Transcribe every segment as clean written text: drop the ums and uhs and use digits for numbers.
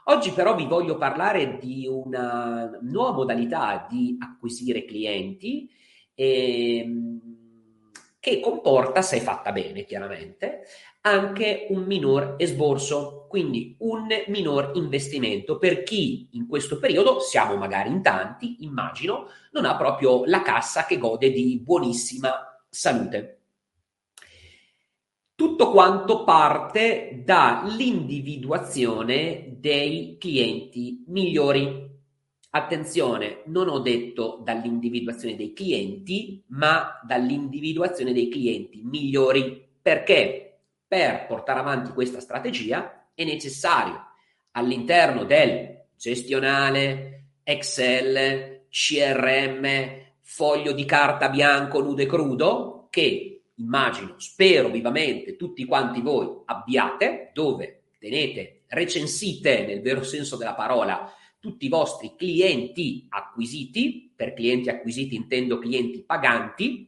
Oggi però vi voglio parlare di una nuova modalità di acquisire clienti ehm, che comporta, se fatta bene chiaramente, anche un minor esborso, quindi un minor investimento per chi in questo periodo, siamo magari in tanti, immagino, non ha proprio la cassa che gode di buonissima salute. Tutto quanto parte dall'individuazione dei clienti migliori. Attenzione, non ho detto dall'individuazione dei clienti, ma dall'individuazione dei clienti migliori. Perché? Per portare avanti questa strategia è necessario all'interno del gestionale, Excel, CRM, foglio di carta bianco nudo e crudo, che immagino, spero vivamente tutti quanti voi abbiate, dove tenete, recensite nel vero senso della parola tutti i vostri clienti acquisiti, per clienti acquisiti intendo clienti paganti,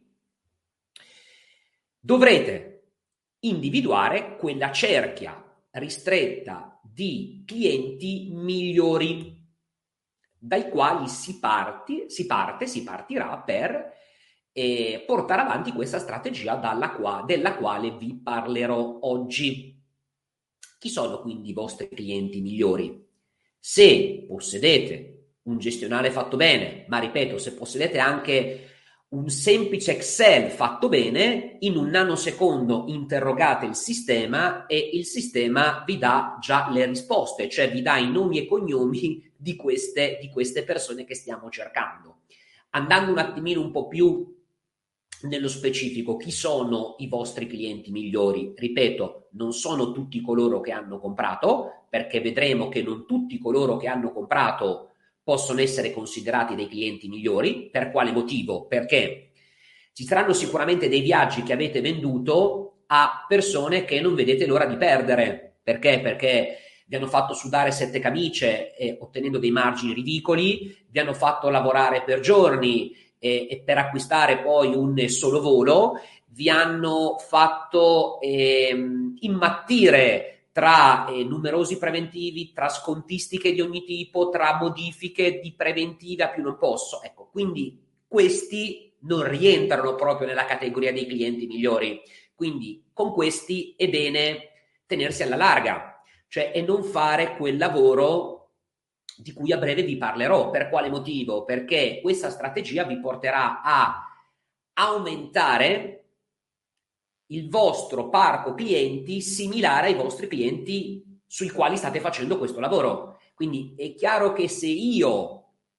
dovrete individuare quella cerchia ristretta di clienti migliori dai quali si partirà per portare avanti questa strategia della quale vi parlerò oggi. Chi sono quindi i vostri clienti migliori? Se possedete un gestionale fatto bene, ma ripeto, se possedete anche un semplice Excel fatto bene, in un nanosecondo interrogate il sistema e il sistema vi dà già le risposte, cioè vi dà i nomi e cognomi di queste persone che stiamo cercando. Andando un attimino un po' più nello specifico, chi sono i vostri clienti migliori? Ripeto, non sono tutti coloro che hanno comprato, perché vedremo che non tutti coloro che hanno comprato possono essere considerati dei clienti migliori. Per quale motivo? Perché ci saranno sicuramente dei viaggi che avete venduto a persone che non vedete l'ora di perdere. Perché? Perché vi hanno fatto sudare 7 camicie ottenendo dei margini ridicoli, vi hanno fatto lavorare per giorni e per acquistare poi un solo volo, vi hanno fatto immattire tra numerosi preventivi, tra scontistiche di ogni tipo, tra modifiche di preventive a più non posso. Ecco, quindi questi non rientrano proprio nella categoria dei clienti migliori. Quindi con questi è bene tenersi alla larga, cioè e non fare quel lavoro di cui a breve vi parlerò. Per quale motivo? Perché questa strategia vi porterà a aumentare il vostro parco clienti similare ai vostri clienti sui quali state facendo questo lavoro. Quindi è chiaro che se io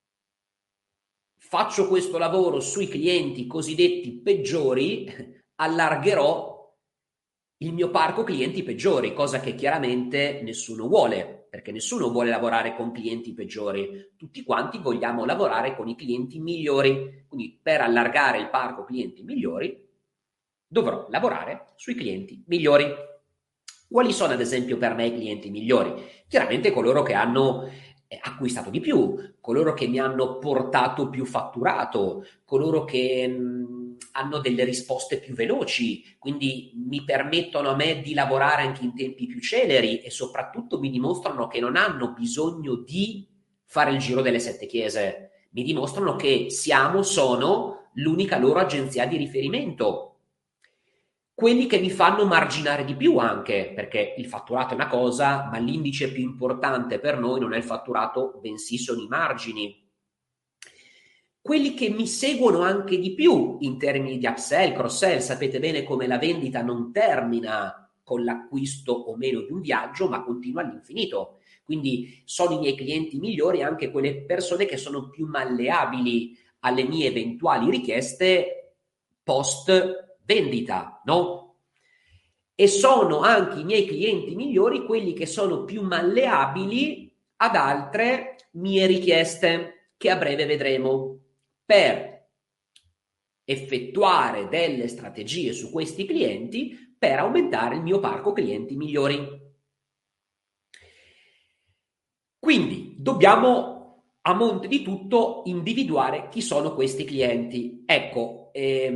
faccio questo lavoro sui clienti cosiddetti peggiori, allargherò il mio parco clienti peggiori, cosa che chiaramente nessuno vuole, perché nessuno vuole lavorare con clienti peggiori, tutti quanti vogliamo lavorare con i clienti migliori. Quindi per allargare il parco clienti migliori dovrò lavorare sui clienti migliori. Quali sono ad esempio per me i clienti migliori? Chiaramente coloro che hanno acquistato di più, coloro che mi hanno portato più fatturato, coloro che hanno delle risposte più veloci, quindi mi permettono a me di lavorare anche in tempi più celeri e soprattutto mi dimostrano che non hanno bisogno di fare il giro delle 7 chiese, mi dimostrano che sono l'unica loro agenzia di riferimento. Quelli che mi fanno marginare di più anche, perché il fatturato è una cosa, ma l'indice più importante per noi non è il fatturato, bensì sono i margini. Quelli che mi seguono anche di più in termini di upsell, cross-sell, sapete bene come la vendita non termina con l'acquisto o meno di un viaggio, ma continua all'infinito. Quindi sono i miei clienti migliori anche quelle persone che sono più malleabili alle mie eventuali richieste post vendita, no? E sono anche i miei clienti migliori quelli che sono più malleabili ad altre mie richieste, che a breve vedremo, per effettuare delle strategie su questi clienti per aumentare il mio parco clienti migliori. Quindi dobbiamo a monte di tutto individuare chi sono questi clienti. Ecco,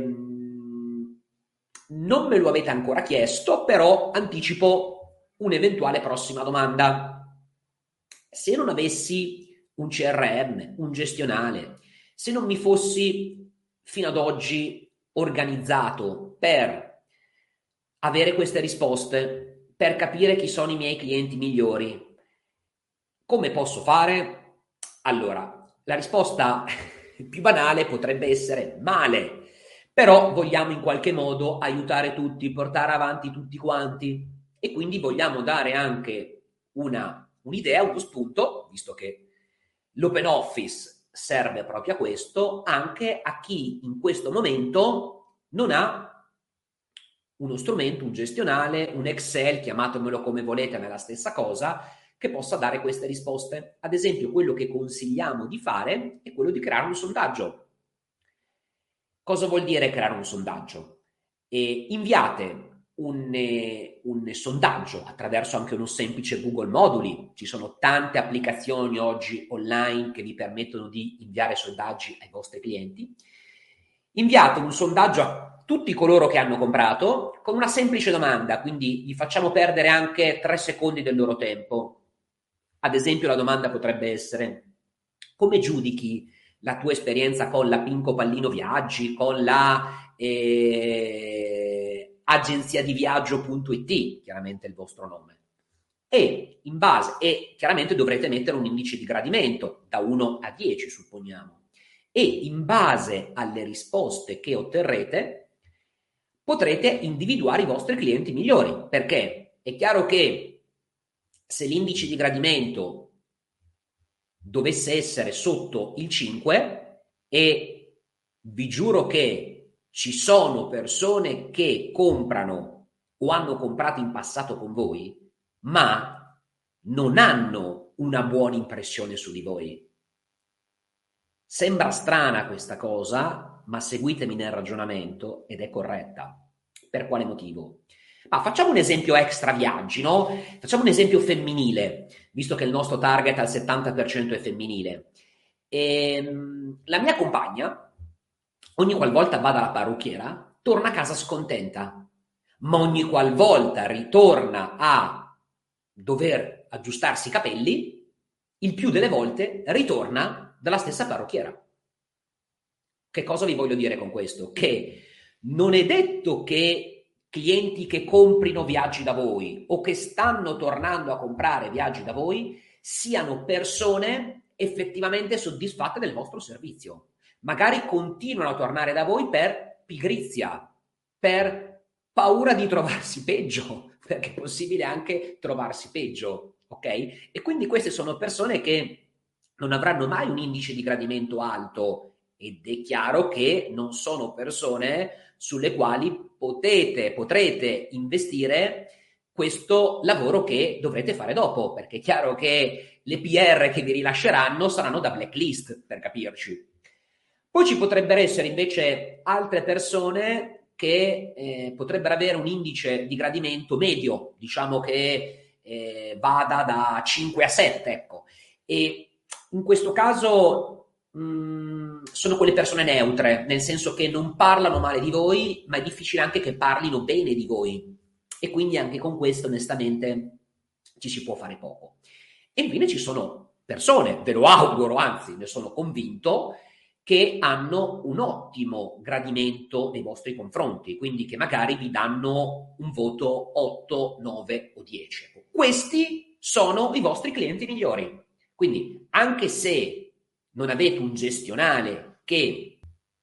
non me lo avete ancora chiesto, però anticipo un'eventuale prossima domanda. Se non avessi un CRM, un gestionale, se non mi fossi fino ad oggi organizzato per avere queste risposte, per capire chi sono i miei clienti migliori, come posso fare? Allora, la risposta più banale potrebbe essere male, però vogliamo in qualche modo aiutare tutti, portare avanti tutti quanti e quindi vogliamo dare anche un'idea, uno spunto, visto che l'open office serve proprio a questo, anche a chi in questo momento non ha uno strumento, un gestionale, un Excel, chiamatemelo come volete, ma è la stessa cosa, che possa dare queste risposte. Ad esempio, quello che consigliamo di fare è quello di creare un sondaggio. Cosa vuol dire creare un sondaggio? Inviate un sondaggio attraverso anche uno semplice Google Moduli. Ci sono tante applicazioni oggi online che vi permettono di inviare sondaggi ai vostri clienti. Inviate un sondaggio a tutti coloro che hanno comprato con una semplice domanda, quindi gli facciamo perdere anche 3 secondi del loro tempo. Ad esempio, la domanda potrebbe essere: come giudichi la tua esperienza con la Pinco Pallino Viaggi, con la agenzia di viaggio.it, chiaramente il vostro nome. E chiaramente dovrete mettere un indice di gradimento da 1 a 10, supponiamo. E in base alle risposte che otterrete potrete individuare i vostri clienti migliori, perché è chiaro che se l'indice di gradimento dovesse essere sotto il 5, e vi giuro che ci sono persone che comprano o hanno comprato in passato con voi, ma non hanno una buona impressione su di voi. Sembra strana questa cosa, ma seguitemi nel ragionamento ed è corretta. Per quale motivo? Ma facciamo un esempio extra viaggi, no? Facciamo un esempio femminile, visto che il nostro target al 70% è femminile. La mia compagna, ogni qualvolta va dalla parrucchiera, torna a casa scontenta, ma ogni qualvolta ritorna a dover aggiustarsi i capelli, il più delle volte ritorna dalla stessa parrucchiera. Che cosa vi voglio dire con questo? Che non è detto che clienti che comprino viaggi da voi o che stanno tornando a comprare viaggi da voi siano persone effettivamente soddisfatte del vostro servizio. Magari continuano a tornare da voi per pigrizia, per paura di trovarsi peggio, perché è possibile anche trovarsi peggio, ok? E quindi queste sono persone che non avranno mai un indice di gradimento alto ed è chiaro che non sono persone sulle quali potrete investire questo lavoro che dovrete fare dopo, perché è chiaro che le PR che vi rilasceranno saranno da blacklist, per capirci. Poi ci potrebbero essere invece altre persone che potrebbero avere un indice di gradimento medio, diciamo che vada da 5 a 7, ecco. E in questo caso sono quelle persone neutre, nel senso che non parlano male di voi, ma è difficile anche che parlino bene di voi. E quindi anche con questo, onestamente, ci si può fare poco. E infine ci sono persone, ve lo auguro, anzi ne sono convinto, che hanno un ottimo gradimento nei vostri confronti, quindi che magari vi danno un voto 8, 9 o 10. Questi sono i vostri clienti migliori. Quindi anche se non avete un gestionale che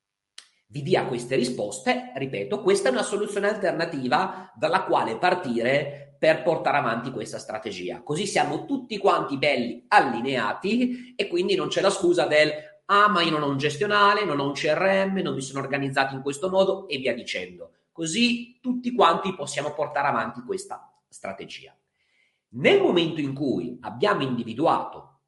vi dia queste risposte, ripeto, questa è una soluzione alternativa dalla quale partire per portare avanti questa strategia. Così siamo tutti quanti belli allineati e quindi non c'è la scusa del ma io non ho un gestionale, non ho un CRM, non mi sono organizzato in questo modo e via dicendo. Così tutti quanti possiamo portare avanti questa strategia. Nel momento in cui abbiamo individuato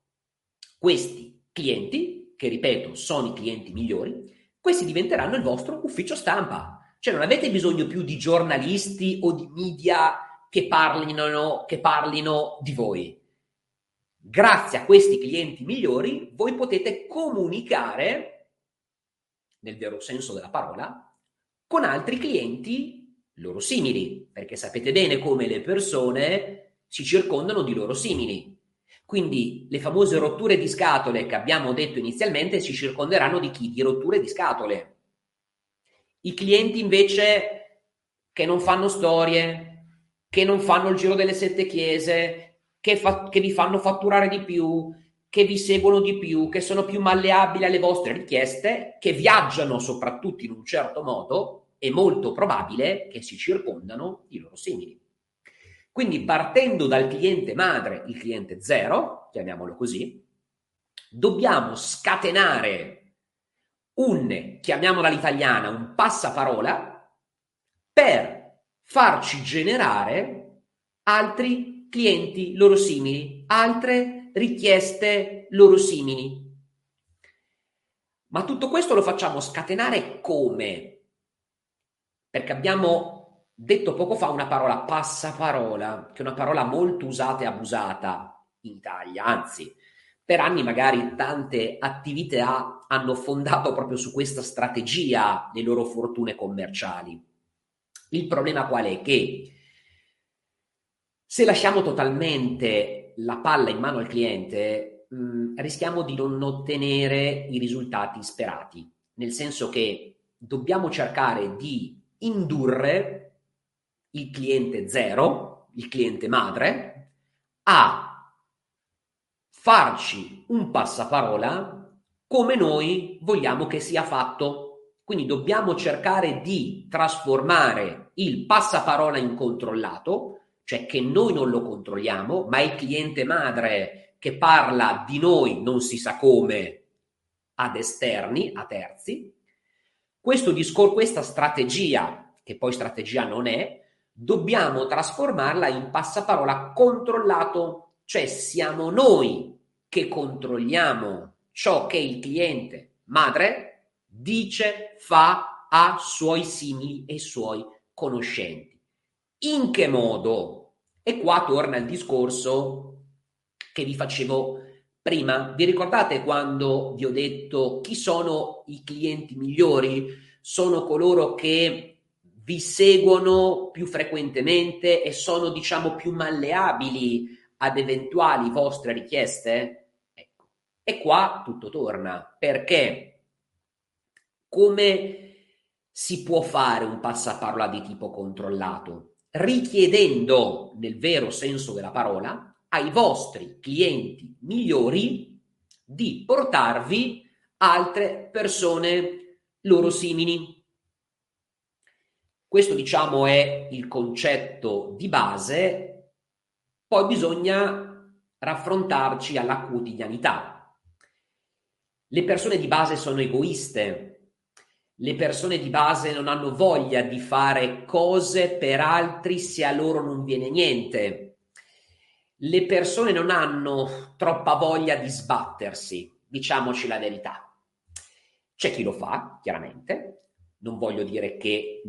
questi clienti, che ripeto sono i clienti migliori, questi diventeranno il vostro ufficio stampa. Cioè non avete bisogno più di giornalisti o di media che parlino di voi. Grazie a questi clienti migliori voi potete comunicare, nel vero senso della parola, con altri clienti loro simili, perché sapete bene come le persone si circondano di loro simili. Quindi le famose rotture di scatole che abbiamo detto inizialmente si circonderanno di chi? Di rotture di scatole. I clienti invece che non fanno storie, che non fanno il giro delle 7 chiese, che vi fanno fatturare di più, che vi seguono di più, che sono più malleabili alle vostre richieste, che viaggiano soprattutto in un certo modo, è molto probabile che si circondano di loro simili. Quindi partendo dal cliente madre, il cliente zero, chiamiamolo così, dobbiamo scatenare chiamiamola all'italiana, un passaparola per farci generare altri clienti loro simili, altre richieste loro simili. Ma tutto questo lo facciamo scatenare come? Perché abbiamo detto poco fa una parola passaparola, che è una parola molto usata e abusata in Italia, anzi, per anni magari tante attività hanno fondato proprio su questa strategia le loro fortune commerciali. Il problema qual è? Che se lasciamo totalmente la palla in mano al cliente, rischiamo di non ottenere i risultati sperati, nel senso che dobbiamo cercare di indurre il cliente zero, il cliente madre, a farci un passaparola come noi vogliamo che sia fatto. Quindi dobbiamo cercare di trasformare il passaparola in controllato, cioè che noi non lo controlliamo, ma è il cliente madre che parla di noi non si sa come ad esterni, a terzi. Questa strategia, che poi strategia non è, dobbiamo trasformarla in passaparola controllato, cioè siamo noi che controlliamo ciò che il cliente madre dice, fa a suoi simili e suoi conoscenti. In che modo? E qua torna il discorso che vi facevo prima. Vi ricordate quando vi ho detto chi sono i clienti migliori? Sono coloro che vi seguono più frequentemente e sono, diciamo, più malleabili ad eventuali vostre richieste? Ecco. E qua tutto torna, perché come si può fare un passaparola di tipo controllato? Richiedendo, nel vero senso della parola, ai vostri clienti migliori di portarvi altre persone loro simili. Questo, diciamo, è il concetto di base, poi bisogna raffrontarci alla quotidianità. Le persone di base sono egoiste, le persone di base non hanno voglia di fare cose per altri se a loro non viene niente. Le persone non hanno troppa voglia di sbattersi, diciamoci la verità. C'è chi lo fa, chiaramente, non voglio dire che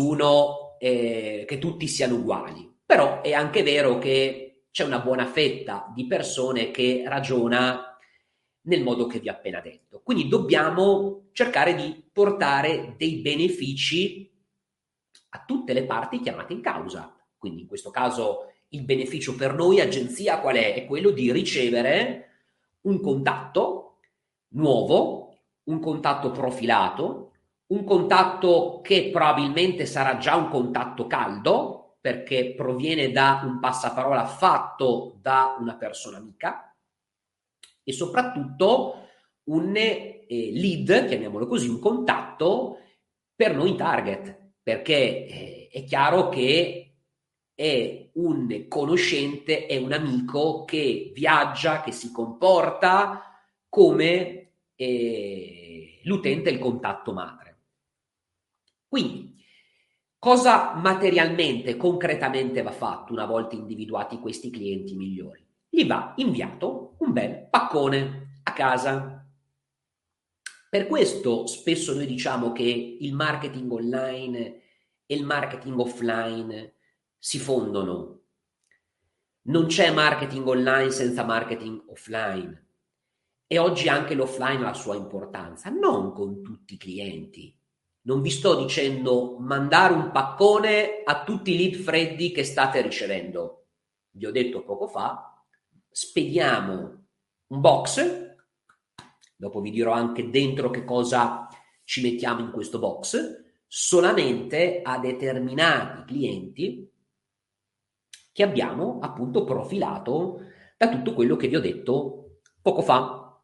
che tutti siano uguali, però è anche vero che c'è una buona fetta di persone che ragiona nel modo che vi ho appena detto. Quindi dobbiamo cercare di portare dei benefici a tutte le parti chiamate in causa. Quindi in questo caso il beneficio per noi, agenzia, qual è? È quello di ricevere un contatto nuovo, un contatto profilato, un contatto che probabilmente sarà già un contatto caldo, perché proviene da un passaparola fatto da una persona amica, e soprattutto un lead, chiamiamolo così, un contatto per noi target, perché è chiaro che è un conoscente, è un amico che viaggia, che si comporta come l'utente, il contatto madre. Quindi, cosa materialmente, concretamente va fatto una volta individuati questi clienti migliori? Gli va inviato un bel paccone a casa. Per questo spesso noi diciamo che il marketing online e il marketing offline si fondono. Non c'è marketing online senza marketing offline. E oggi anche l'offline ha la sua importanza, non con tutti i clienti. Non vi sto dicendo mandare un paccone a tutti i lead freddi che state ricevendo. Vi ho detto poco fa, spediamo un box, dopo vi dirò anche dentro che cosa ci mettiamo in questo box, solamente a determinati clienti che abbiamo appunto profilato da tutto quello che vi ho detto poco fa.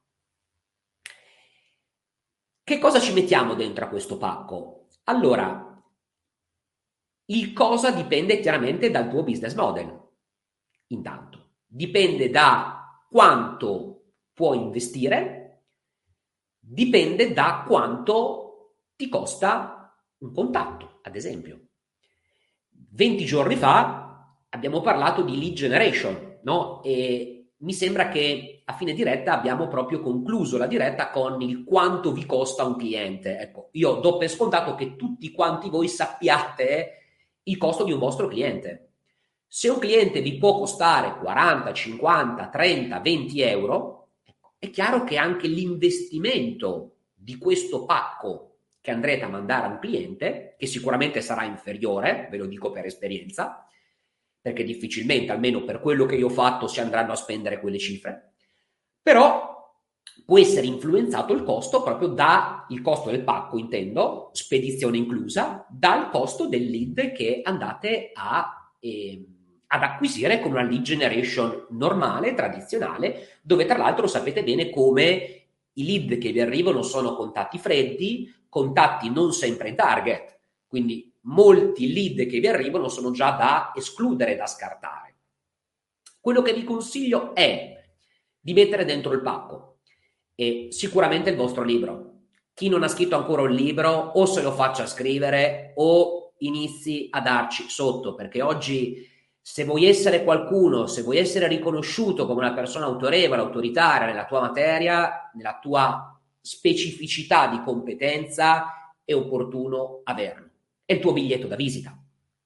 Che cosa ci mettiamo dentro a questo pacco? Allora, il cosa dipende chiaramente dal tuo business model. Intanto, dipende da quanto puoi investire, dipende da quanto ti costa un contatto, ad esempio. 20 giorni fa abbiamo parlato di lead generation, no? E mi sembra che a fine diretta abbiamo proprio concluso la diretta con il quanto vi costa un cliente. Ecco, io do per scontato che tutti quanti voi sappiate il costo di un vostro cliente. Se un cliente vi può costare 40, 50, 30, 20 euro, è chiaro che anche l'investimento di questo pacco che andrete a mandare a un cliente, che sicuramente sarà inferiore, ve lo dico per esperienza, perché difficilmente, almeno per quello che io ho fatto, si andranno a spendere quelle cifre, però può essere influenzato il costo proprio dal costo del pacco, intendo, spedizione inclusa, dal costo del lead che andate ad acquisire con una lead generation normale, tradizionale, dove tra l'altro sapete bene come i lead che vi arrivano sono contatti freddi, contatti non sempre in target, quindi molti lead che vi arrivano sono già da escludere, da scartare. Quello che vi consiglio è di mettere dentro il pacco e sicuramente il vostro libro. Chi non ha scritto ancora un libro o se lo faccia scrivere o inizi a darci sotto, perché oggi se vuoi essere qualcuno, se vuoi essere riconosciuto come una persona autorevole, autoritaria nella tua materia, nella tua specificità di competenza, è opportuno averlo. È il tuo biglietto da visita.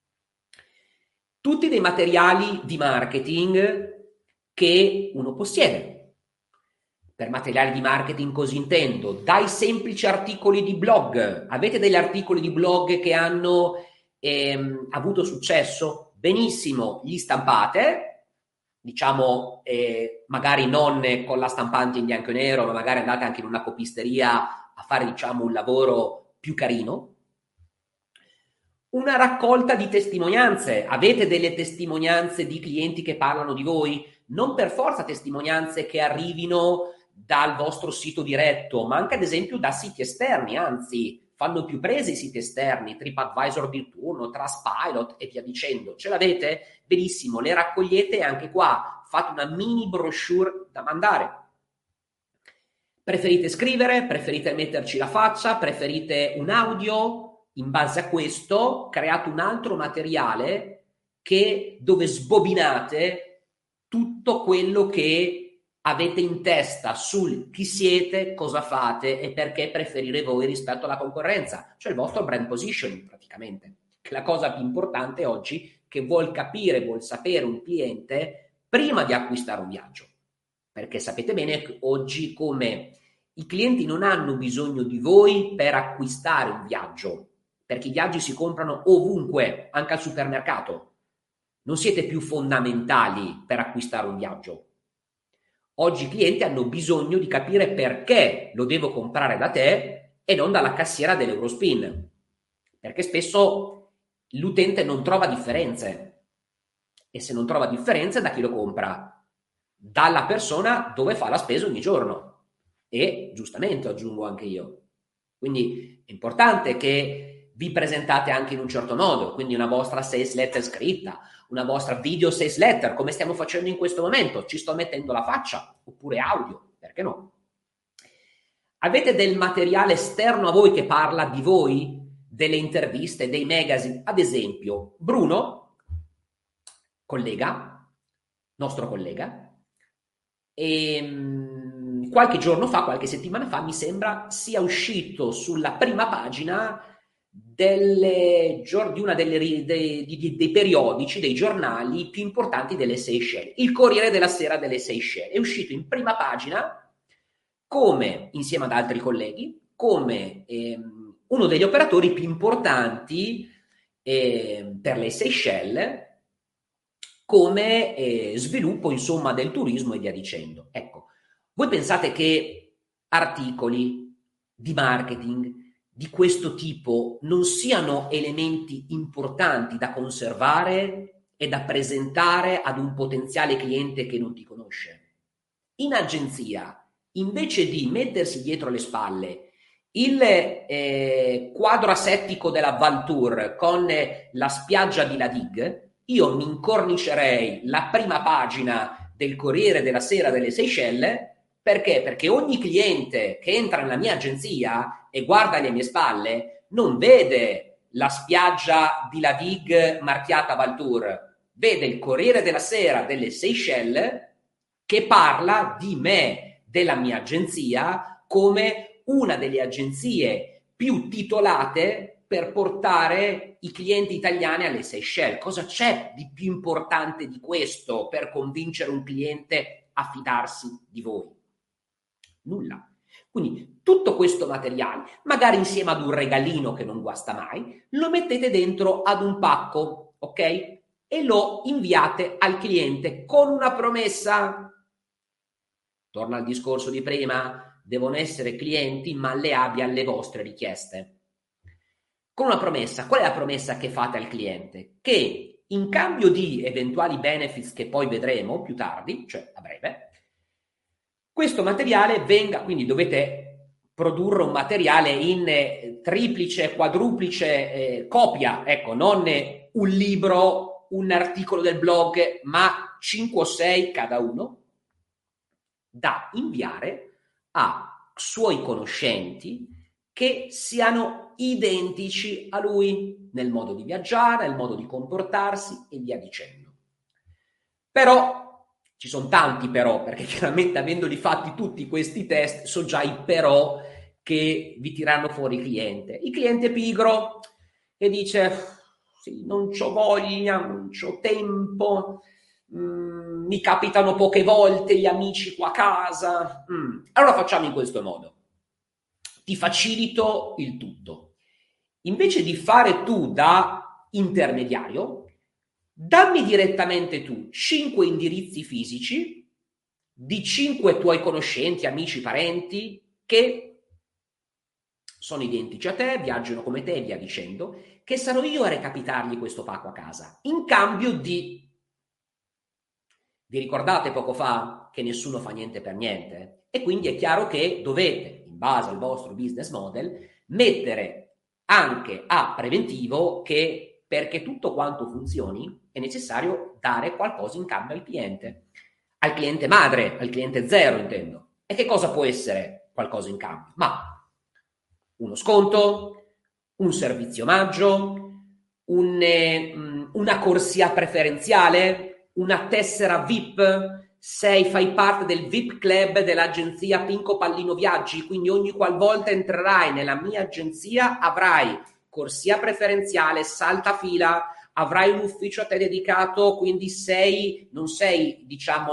Tutti dei materiali di marketing che uno possiede. Per materiali di marketing cosa intendo? Dai semplici articoli di blog. Avete degli articoli di blog che hanno avuto successo? Benissimo, li stampate, diciamo magari non con la stampante in bianco e nero, ma magari andate anche in una copisteria a fare diciamo un lavoro più carino. Una raccolta di testimonianze. Avete delle testimonianze di clienti che parlano di voi? Non per forza testimonianze che arrivino dal vostro sito diretto, ma anche ad esempio da siti esterni, anzi fanno più prese i siti esterni, TripAdvisor di turno, Trustpilot e via dicendo. Ce l'avete? Benissimo, le raccogliete e anche qua fate una mini brochure da mandare. Preferite scrivere? Preferite metterci la faccia? Preferite un audio? In base a questo create un altro materiale dove sbobinate tutto quello che avete in testa sul chi siete, cosa fate e perché preferire voi rispetto alla concorrenza, cioè il vostro brand positioning praticamente, che è la cosa più importante oggi che vuol capire, vuol sapere un cliente prima di acquistare un viaggio, perché sapete bene che oggi come i clienti non hanno bisogno di voi per acquistare un viaggio, perché i viaggi si comprano ovunque, anche al supermercato. Non siete più fondamentali per acquistare un viaggio. Oggi i clienti hanno bisogno di capire perché lo devo comprare da te e non dalla cassiera dell'Eurospin, perché spesso l'utente non trova differenze e se non trova differenze da chi lo compra? Dalla persona dove fa la spesa ogni giorno e giustamente aggiungo anche io. Quindi è importante che vi presentate anche in un certo modo, quindi una vostra sales letter scritta, una vostra video sales letter, come stiamo facendo in questo momento, ci sto mettendo la faccia, oppure audio, perché no? Avete del materiale esterno a voi che parla di voi, delle interviste, dei magazine, ad esempio Bruno, collega, nostro collega, e qualche giorno fa, qualche settimana fa, mi sembra sia uscito sulla prima pagina di una dei periodici, dei giornali più importanti delle Seychelles, il Corriere della Sera delle Seychelles. È uscito in prima pagina come, insieme ad altri colleghi, come uno degli operatori più importanti per le Seychelles come sviluppo, insomma, del turismo e via dicendo. Ecco, voi pensate che articoli di marketing di questo tipo non siano elementi importanti da conservare e da presentare ad un potenziale cliente che non ti conosce? In agenzia, invece di mettersi dietro le spalle il quadro asettico della Valtour con la spiaggia di Ladig, io mi incornicerei la prima pagina del Corriere della Sera delle Seychelles. Perché? Perché ogni cliente che entra nella mia agenzia e guarda alle mie spalle non vede la spiaggia di Ladig marchiata Valtour, vede il Corriere della Sera delle Seychelles che parla di me, della mia agenzia, come una delle agenzie più titolate per portare i clienti italiani alle Seychelles. Cosa c'è di più importante di questo per convincere un cliente a fidarsi di voi? Nulla. Quindi tutto questo materiale, magari insieme ad un regalino che non guasta mai, lo mettete dentro ad un pacco, ok? E lo inviate al cliente con una promessa. Torna al discorso di prima, devono essere clienti malleabili alle vostre richieste. Con una promessa, qual è la promessa che fate al cliente? Che in cambio di eventuali benefits che poi vedremo più tardi, cioè a breve, questo materiale venga, quindi dovete produrre un materiale in triplice, quadruplice copia, ecco, non un libro, un articolo del blog, ma 5 o 6 cada uno, da inviare a suoi conoscenti che siano identici a lui nel modo di viaggiare, nel modo di comportarsi e via dicendo. Però ci sono tanti però, perché chiaramente avendoli fatti tutti questi test, so già i però che vi tirano fuori il cliente. Il cliente pigro che dice sì, non c'ho voglia, non c'ho tempo, mi capitano poche volte gli amici qua a casa. Allora facciamo in questo modo. Ti facilito il tutto. Invece di fare tu da intermediario, dammi direttamente tu 5 indirizzi fisici di 5 tuoi conoscenti, amici, parenti che sono identici a te, viaggiano come te e via dicendo, che sarò io a recapitargli questo pacco a casa, in cambio di... Vi ricordate poco fa che nessuno fa niente per niente? E quindi è chiaro che dovete, in base al vostro business model, mettere anche a preventivo che perché tutto quanto funzioni è necessario dare qualcosa in cambio al cliente madre, al cliente zero intendo. E che cosa può essere qualcosa in cambio? Ma uno sconto, un servizio omaggio, una corsia preferenziale, una tessera VIP, fai parte del VIP club dell'agenzia Pinco Pallino Viaggi, quindi ogni qualvolta entrerai nella mia agenzia avrai corsia preferenziale, saltafila, avrai un ufficio a te dedicato, quindi non sei diciamo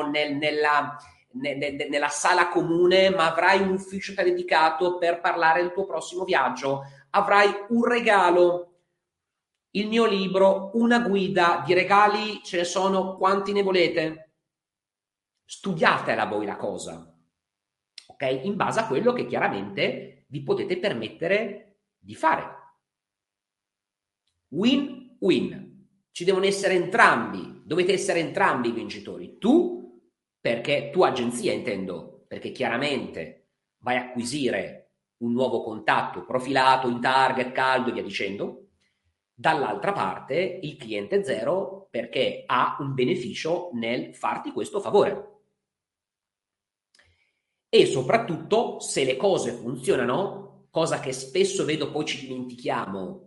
nella sala comune, ma avrai un ufficio a te dedicato per parlare del tuo prossimo viaggio, avrai un regalo, il mio libro, una guida, di regali ce ne sono quanti ne volete. Studiatela voi la cosa, ok? In base a quello che chiaramente vi potete permettere di fare. Win-win. Ci devono essere entrambi, dovete essere entrambi i vincitori. Tu, perché tua agenzia intendo, perché chiaramente vai a acquisire un nuovo contatto profilato, in target, caldo e via dicendo. Dall'altra parte il cliente zero perché ha un beneficio nel farti questo favore. E soprattutto se le cose funzionano, cosa che spesso vedo poi ci dimentichiamo,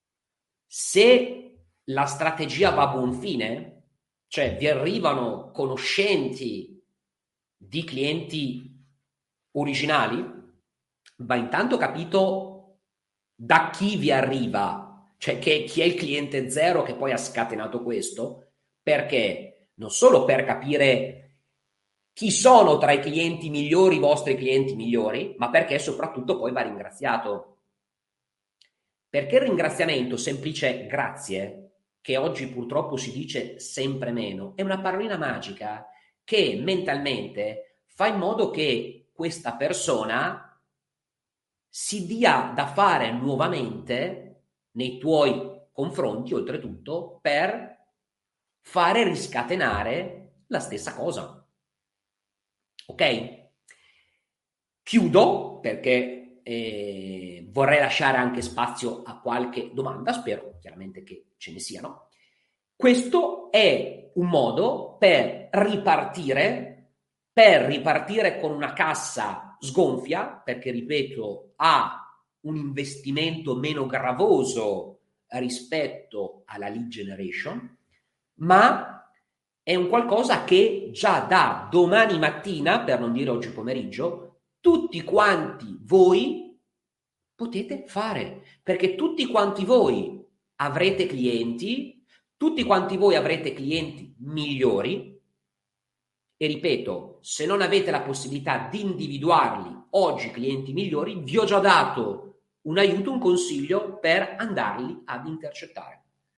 se la strategia va a buon fine, cioè vi arrivano conoscenti di clienti originali, va intanto capito da chi vi arriva, cioè chi è il cliente zero che poi ha scatenato questo, perché non solo per capire chi sono tra i clienti migliori, i vostri clienti migliori, ma perché soprattutto poi va ringraziato. Perché il ringraziamento semplice grazie, che oggi purtroppo si dice sempre meno, è una parolina magica che mentalmente fa in modo che questa persona si dia da fare nuovamente nei tuoi confronti, oltretutto, per fare riscatenare la stessa cosa. Ok? Chiudo perché vorrei lasciare anche spazio a qualche domanda, spero chiaramente che ce ne siano. Questo è un modo per ripartire con una cassa sgonfia, perché ripeto, ha un investimento meno gravoso rispetto alla lead generation, ma è un qualcosa che già da domani mattina, per non dire oggi pomeriggio, tutti quanti voi potete fare, perché tutti quanti voi avrete clienti, tutti quanti voi avrete clienti migliori e ripeto, se non avete la possibilità di individuarli oggi clienti migliori, vi ho già dato un aiuto, un consiglio per andarli ad intercettare.